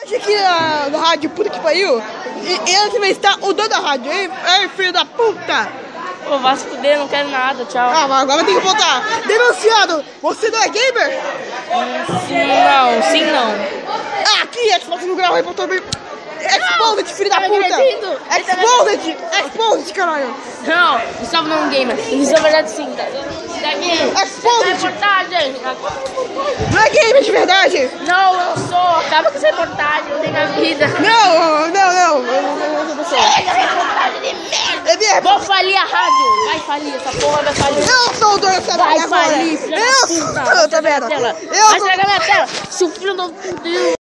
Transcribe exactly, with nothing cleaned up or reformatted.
Aqui na, na rádio, puta que pariu. E ele também está o dono da rádio. Ei, ei, filho da puta. Pô, vai se fuder, não quero nada, tchau. Ah, mas agora tem que voltar. Denunciado. Você não é gamer? Sim, não, sim, não. Ah, aqui, Xbox no grau, reportou bem. Exposed, filho da Tá puta. agredindo. Exposed, Exposed, caralho. Não, Gustavo não é um gamer. Isso é verdade sim, tá? Daqui. Exposed. Reportagem. Não é gamer de verdade. Não, eu sou. Acaba com essa reportagem, eu tenho minha vida. Não, não, não. Eu não, não, não, não sou. Chega, reportagem de merda. É minha Vou falir a rádio. Vai falir, essa porra vai falir. Eu sou o dono dessa Vai merda agora. falir, filha da Eu puta. sou, eu tô vendo. Vai Eu estragar minha tela. Seu filho do...